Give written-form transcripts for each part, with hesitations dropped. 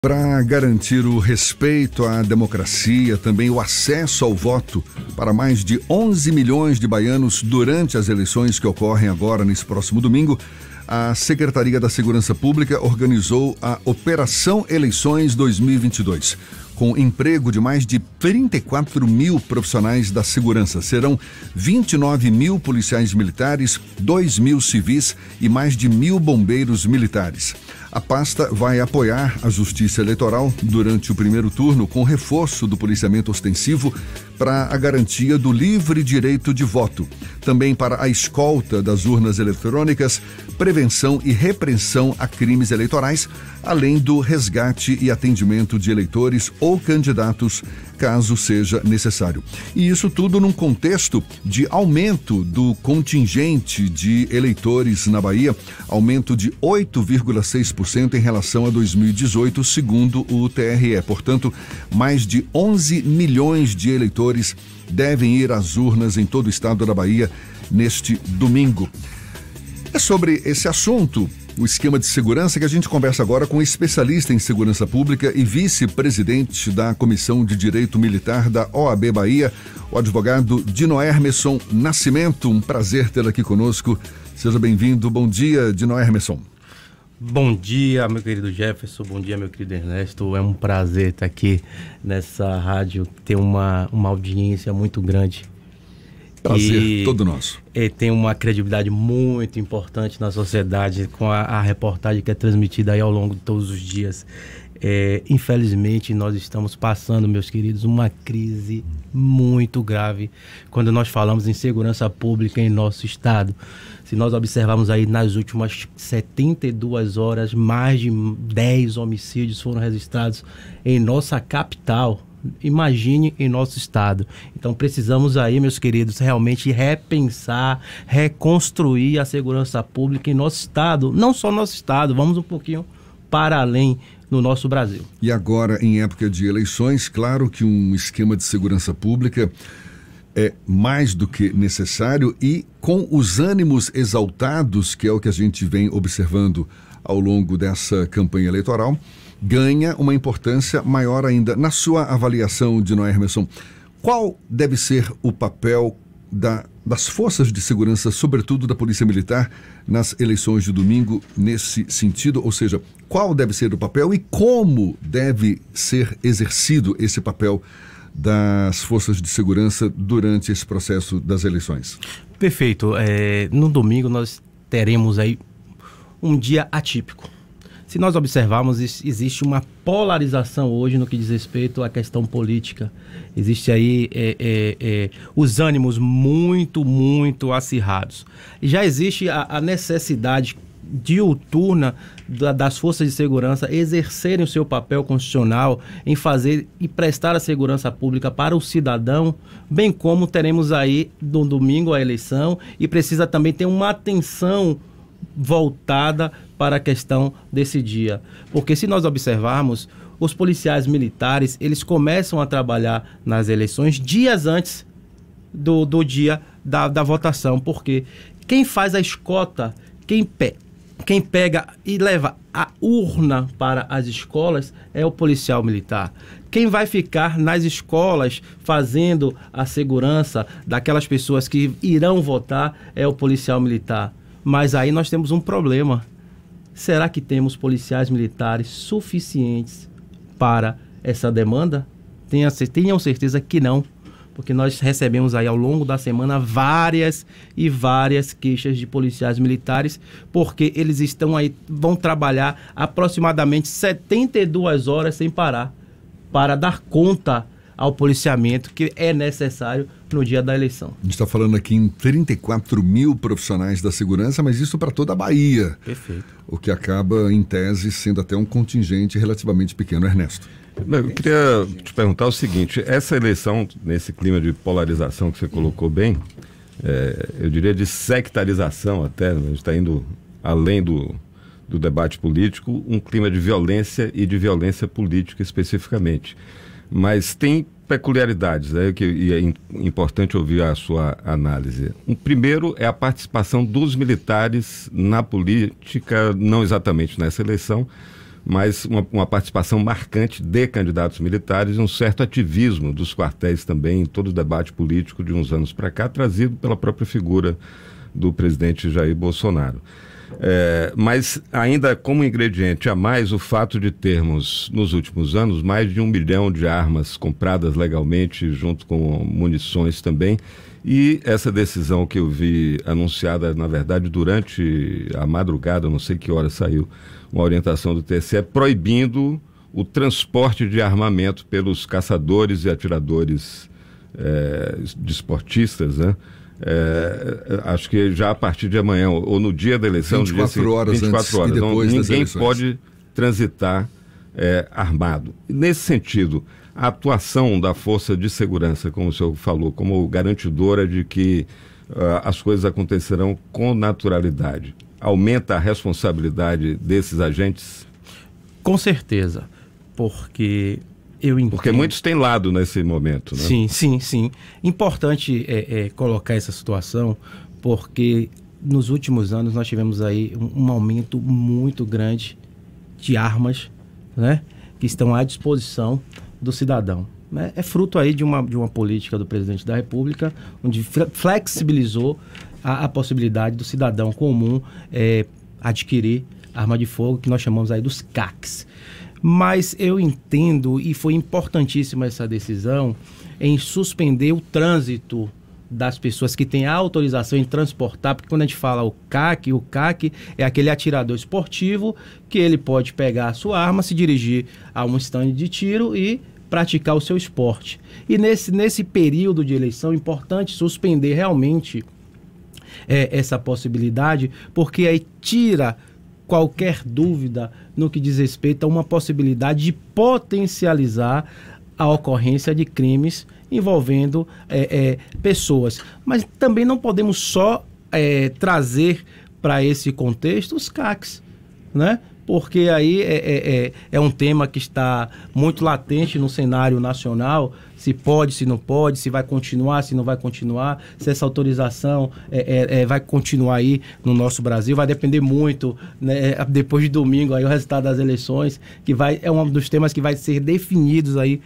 Para garantir o respeito à democracia, também o acesso ao voto para mais de 11 milhões de baianos durante as eleições que ocorrem agora nesse próximo domingo, a Secretaria da Segurança Pública organizou a Operação Eleições 2022, com emprego de mais de 34 mil profissionais da segurança. Serão 29 mil policiais militares, 2 mil civis e mais de 1.000 bombeiros militares. A pasta vai apoiar a Justiça Eleitoral durante o primeiro turno com reforço do policiamento ostensivo para a garantia do livre direito de voto. Também para a escolta das urnas eletrônicas, prevenção e repressão a crimes eleitorais, além do resgate e atendimento de eleitores ou candidatos, caso seja necessário. E isso tudo num contexto de aumento do contingente de eleitores na Bahia, aumento de 8,6% em relação a 2018, segundo o TRE. Portanto, mais de 11 milhões de eleitores devem ir às urnas em todo o estado da Bahia neste domingo. É sobre esse assunto, o esquema de segurança, que a gente conversa agora com um especialista em segurança pública e vice-presidente da Comissão de Direito Militar da OAB Bahia, o advogado Dinoermeson Nascimento. Um prazer tê-lo aqui conosco. Seja bem-vindo. Bom dia, Dinoermeson. Bom dia, meu querido Jefferson. Bom dia, meu querido Ernesto. É um prazer estar aqui nessa rádio, ter uma audiência muito grande. Prazer todo nosso. Tem uma credibilidade muito importante na sociedade com a reportagem que é transmitida aí ao longo de todos os dias. Infelizmente, nós estamos passando, meus queridos, uma crise muito grave quando nós falamos em segurança pública em nosso estado. Se nós observarmos aí nas últimas 72 horas, mais de 10 homicídios foram registrados em nossa capital. Imagine em nosso estado. Então precisamos aí, meus queridos, realmente repensar, reconstruir a segurança pública em nosso estado. Não só nosso estado, vamos um pouquinho para além no nosso Brasil. E agora, em época de eleições, claro que um esquema de segurança pública é mais do que necessário, e com os ânimos exaltados, que é o que a gente vem observando ao longo dessa campanha eleitoral, ganha uma importância maior ainda. Na sua avaliação, Dinoermeson, qual deve ser o papel das forças de segurança, sobretudo da Polícia Militar, nas eleições de domingo nesse sentido? Ou seja, qual deve ser o papel e como deve ser exercido esse papel das forças de segurança durante esse processo das eleições? Perfeito. No domingo nós teremos aí um dia atípico. Se nós observarmos, existe uma polarização hoje no que diz respeito à questão política. Existe aí os ânimos muito acirrados. E já existe a necessidade diuturna das forças de segurança exercerem o seu papel constitucional em fazer e prestar a segurança pública para o cidadão, bem como teremos aí no domingo a eleição, e precisa também ter uma atenção voltada para a questão desse dia. Porque se nós observarmos, os policiais militares, eles começam a trabalhar nas eleições dias antes do dia da votação, porque quem faz a escolta, quem pega e leva a urna para as escolas é o policial militar. Quem vai ficar nas escolas fazendo a segurança daquelas pessoas que irão votar é o policial militar. Mas aí nós temos um problema. Será que temos policiais militares suficientes para essa demanda? Tenham certeza que não, porque nós recebemos aí ao longo da semana várias queixas de policiais militares, porque eles vão trabalhar aproximadamente 72 horas sem parar, para dar conta ao policiamento que é necessário no dia da eleição. A gente está falando aqui em 34 mil profissionais da segurança, mas isso para toda a Bahia. Perfeito. O que acaba, em tese, sendo até um contingente relativamente pequeno. Ernesto. Eu queria te perguntar o seguinte: essa eleição, nesse clima de polarização que você colocou bem, eu diria de sectarização até, a gente está indo além do debate político, um clima de violência e de violência política especificamente. Mas tem peculiaridades, né, e é importante ouvir a sua análise. O primeiro é a participação dos militares na política, não exatamente nessa eleição, mas uma participação marcante de candidatos militares e um certo ativismo dos quartéis também em todo o debate político de uns anos para cá, trazido pela própria figura do presidente Jair Bolsonaro. Mas ainda como ingrediente a mais o fato de termos nos últimos anos mais de 1 milhão de armas compradas legalmente junto com munições também, e essa decisão que eu vi anunciada na verdade durante a madrugada, não sei que hora saiu uma orientação do TSE proibindo o transporte de armamento pelos caçadores e atiradores desportistas, né? Acho que já a partir de amanhã, ou no dia da eleição, 24 horas 24 horas, e depois então, das ninguém eleições. pode transitar armado. Nesse sentido, a atuação da Força de Segurança, como o senhor falou, como garantidora de que as coisas acontecerão com naturalidade, aumenta a responsabilidade desses agentes? Com certeza, porque eu entendo... Porque muitos têm lado nesse momento, né? Sim. Importante colocar essa situação, porque nos últimos anos nós tivemos aí um aumento muito grande de armas, né, que estão à disposição do cidadão. É fruto aí de uma política do presidente da República, onde flexibilizou a possibilidade do cidadão comum adquirir arma de fogo, que nós chamamos aí dos CACs. Mas eu entendo, e foi importantíssima essa decisão, em suspender o trânsito das pessoas que têm a autorização em transportar, porque quando a gente fala o CAC é aquele atirador esportivo que ele pode pegar a sua arma, se dirigir a um stand de tiro e praticar o seu esporte. E nesse período de eleição é importante suspender realmente essa possibilidade, porque aí tira qualquer dúvida no que diz respeito a uma possibilidade de potencializar a ocorrência de crimes envolvendo pessoas. Mas também não podemos só trazer para esse contexto os CACs, né? Porque aí é um tema que está muito latente no cenário nacional, se pode, se não pode, se vai continuar, se não vai continuar, se essa autorização vai continuar aí no nosso Brasil, vai depender muito, né, depois de domingo, aí o resultado das eleições, que é um dos temas que vai ser definidos aí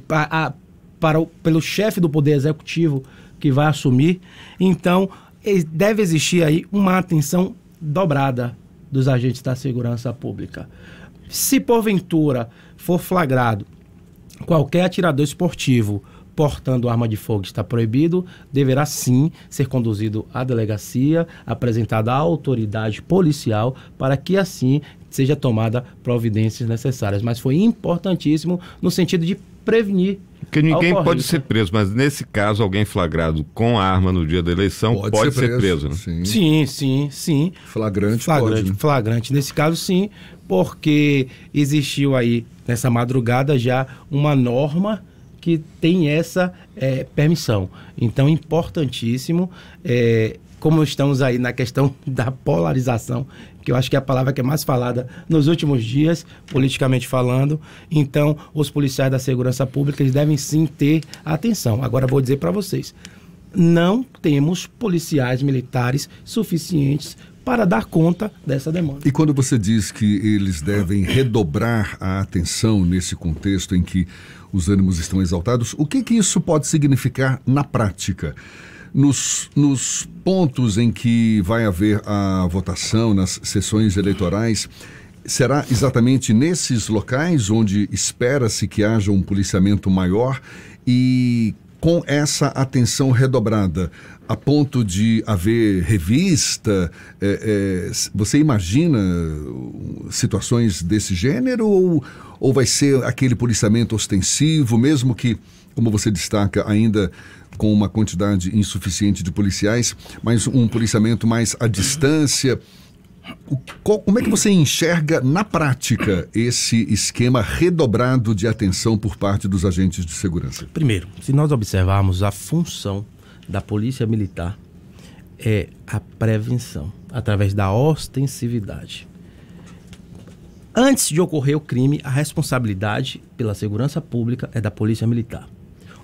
pelo chefe do Poder Executivo que vai assumir. Então, deve existir aí uma atenção dobrada dos agentes da segurança pública. Se porventura for flagrado qualquer atirador esportivo portando arma de fogo, está proibido, deverá sim ser conduzido à delegacia, apresentado à autoridade policial, para que assim seja tomada providências necessárias. Mas foi importantíssimo no sentido de prevenir. Porque ninguém pode ser preso, mas nesse caso, alguém flagrado com a arma no dia da eleição pode ser preso, né? Sim. Flagrante pode, né? Flagrante. Nesse caso, sim, porque existiu aí, nessa madrugada, já uma norma que tem essa permissão. Então, importantíssimo, como estamos aí na questão da polarização, que eu acho que é a palavra que é mais falada nos últimos dias, politicamente falando. Então, os policiais da segurança pública eles devem sim ter atenção. Agora, vou dizer para vocês, não temos policiais militares suficientes para dar conta dessa demanda. E quando você diz que eles devem redobrar a atenção nesse contexto em que os ânimos estão exaltados, o que isso pode significar na prática? Nos pontos em que vai haver a votação, nas sessões eleitorais, será exatamente nesses locais onde espera-se que haja um policiamento maior e com essa atenção redobrada, a ponto de haver revista? Você imagina situações desse gênero ou vai ser aquele policiamento ostensivo, mesmo que, como você destaca, ainda com uma quantidade insuficiente de policiais, mas um policiamento mais à distância? Como é que você enxerga na prática esse esquema redobrado de atenção por parte dos agentes de segurança? Primeiro, se nós observarmos a função da polícia militar é a prevenção, através da ostensividade. Antes de ocorrer o crime, a responsabilidade pela segurança pública é da polícia militar.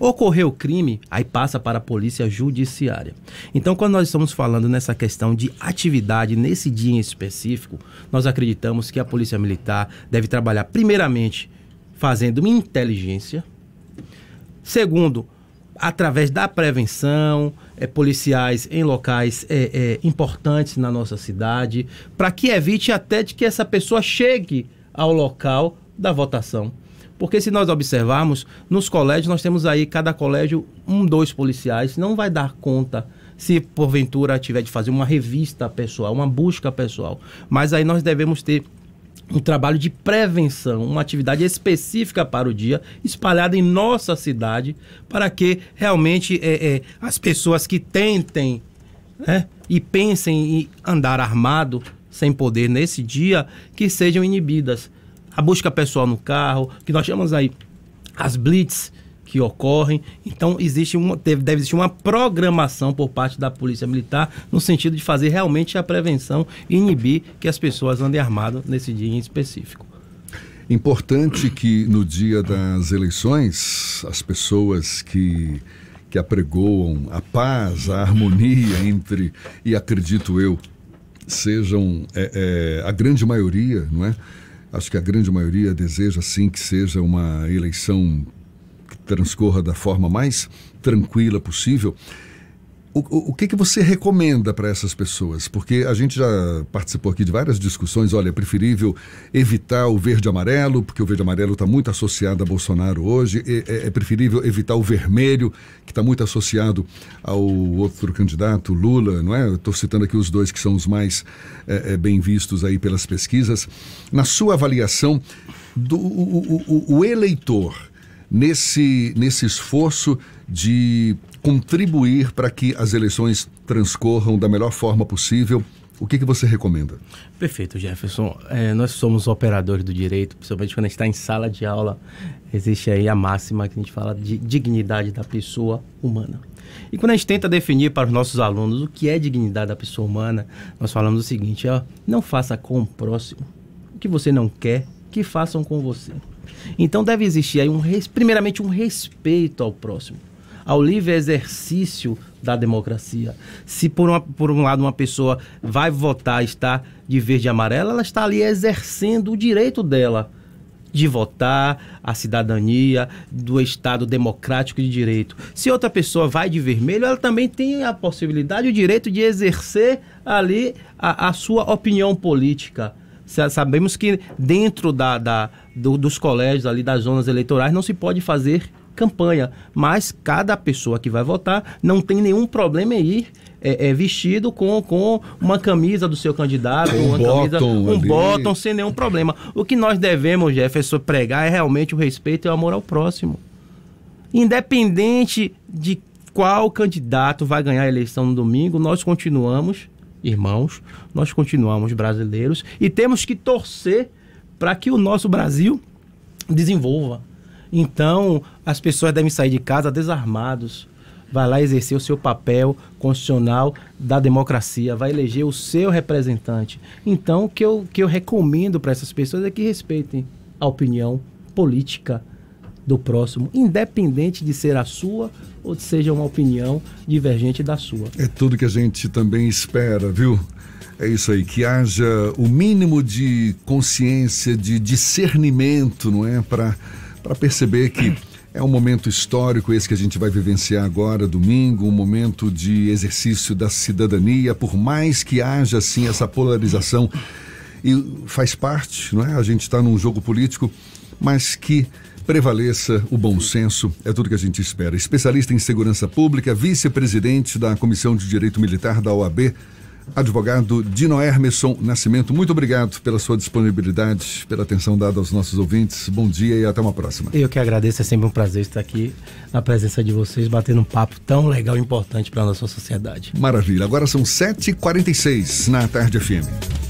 Ocorreu o crime, aí passa para a polícia judiciária. Então, quando nós estamos falando nessa questão de atividade nesse dia em específico, nós acreditamos que a Polícia Militar deve trabalhar primeiramente fazendo inteligência, segundo, através da prevenção, policiais em locais importantes na nossa cidade, para que evite até de que essa pessoa chegue ao local da votação. Porque se nós observarmos, nos colégios nós temos aí, cada colégio, 2 policiais, não vai dar conta se porventura tiver de fazer uma revista pessoal, uma busca pessoal. Mas aí nós devemos ter um trabalho de prevenção, uma atividade específica para o dia, espalhada em nossa cidade, para que realmente as pessoas que tentem, né, e pensem em andar armado, sem poder nesse dia, que sejam inibidas. A busca pessoal no carro, que nós chamamos aí as blitz que ocorrem. Então deve existir uma programação por parte da Polícia Militar no sentido de fazer realmente a prevenção e inibir que as pessoas andem armadas nesse dia em específico. Importante que no dia das eleições as pessoas que apregoam a paz, a harmonia entre, e acredito eu, sejam a grande maioria, não é? Acho que a grande maioria deseja sim que seja uma eleição que transcorra da forma mais tranquila possível. O que você recomenda para essas pessoas? Porque a gente já participou aqui de várias discussões. Olha, é preferível evitar o verde e amarelo, porque o verde e amarelo está muito associado a Bolsonaro hoje. É preferível evitar o vermelho, que está muito associado ao outro candidato, Lula, não é? Eu estou citando aqui os 2 que são os mais bem vistos aí pelas pesquisas. Na sua avaliação, o eleitor, nesse esforço de contribuir para que as eleições transcorram da melhor forma possível, o que você recomenda? Perfeito, Jefferson. Nós somos operadores do direito, principalmente quando a gente está em sala de aula, existe aí a máxima que a gente fala de dignidade da pessoa humana. E quando a gente tenta definir para os nossos alunos o que é dignidade da pessoa humana, nós falamos o seguinte: não faça com o próximo o que você não quer que façam com você. Então deve existir aí primeiramente um respeito ao próximo, ao livre exercício da democracia. Se por um lado uma pessoa vai votar, está de verde e amarelo, ela está ali exercendo o direito dela de votar, a cidadania do Estado democrático de direito. Se outra pessoa vai de vermelho, ela também tem a possibilidade, o direito de exercer ali a sua opinião política. Sabemos que dentro dos colégios, ali das zonas eleitorais, não se pode fazer campanha, mas cada pessoa que vai votar não tem nenhum problema em ir vestido com uma camisa do seu candidato, um bottom, sem nenhum problema. O que nós devemos, Jefferson, pregar é realmente o respeito e o amor ao próximo. Independente de qual candidato vai ganhar a eleição no domingo, nós continuamos irmãos, nós continuamos brasileiros e temos que torcer para que o nosso Brasil desenvolva. Então, as pessoas devem sair de casa desarmados, vai lá exercer o seu papel constitucional da democracia, vai eleger o seu representante. Então, o que eu recomendo para essas pessoas é que respeitem a opinião política do próximo, independente de ser a sua ou de seja uma opinião divergente da sua. É tudo que a gente também espera, viu? É isso aí, que haja o mínimo de consciência, de discernimento, não é? Para perceber que é um momento histórico esse que a gente vai vivenciar agora, domingo, um momento de exercício da cidadania, por mais que haja, assim, essa polarização, e faz parte, não é? A gente está num jogo político, mas que prevaleça o bom senso, é tudo que a gente espera. Especialista em segurança pública, vice-presidente da Comissão de Direito Militar da OAB, advogado Dino Hermeson Nascimento, muito obrigado pela sua disponibilidade, pela atenção dada aos nossos ouvintes. Bom dia e até uma próxima. Eu que agradeço, é sempre um prazer estar aqui na presença de vocês, batendo um papo tão legal e importante para a nossa sociedade. Maravilha, agora são 7h46 na Tarde FM.